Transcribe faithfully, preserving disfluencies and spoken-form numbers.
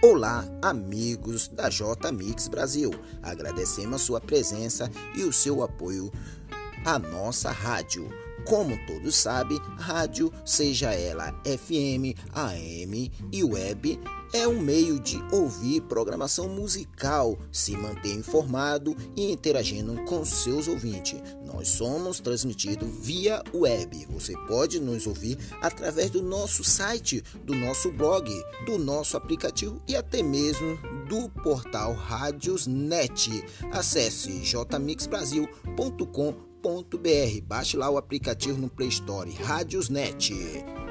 Olá, amigos da J Mix Brasil. Agradecemos a sua presença e o seu apoio à nossa rádio. Como todos sabem, rádio, seja ela F M, A M e web, é um meio de ouvir programação musical, se manter informado e interagindo com seus ouvintes. Nós somos transmitidos via web. Você pode nos ouvir através do nosso site, do nosso blog, do nosso aplicativo e até mesmo do portal Radiosnet. Acesse j mix brasil ponto com ponto b r. Baixe lá o aplicativo no Play Store, Radiosnet.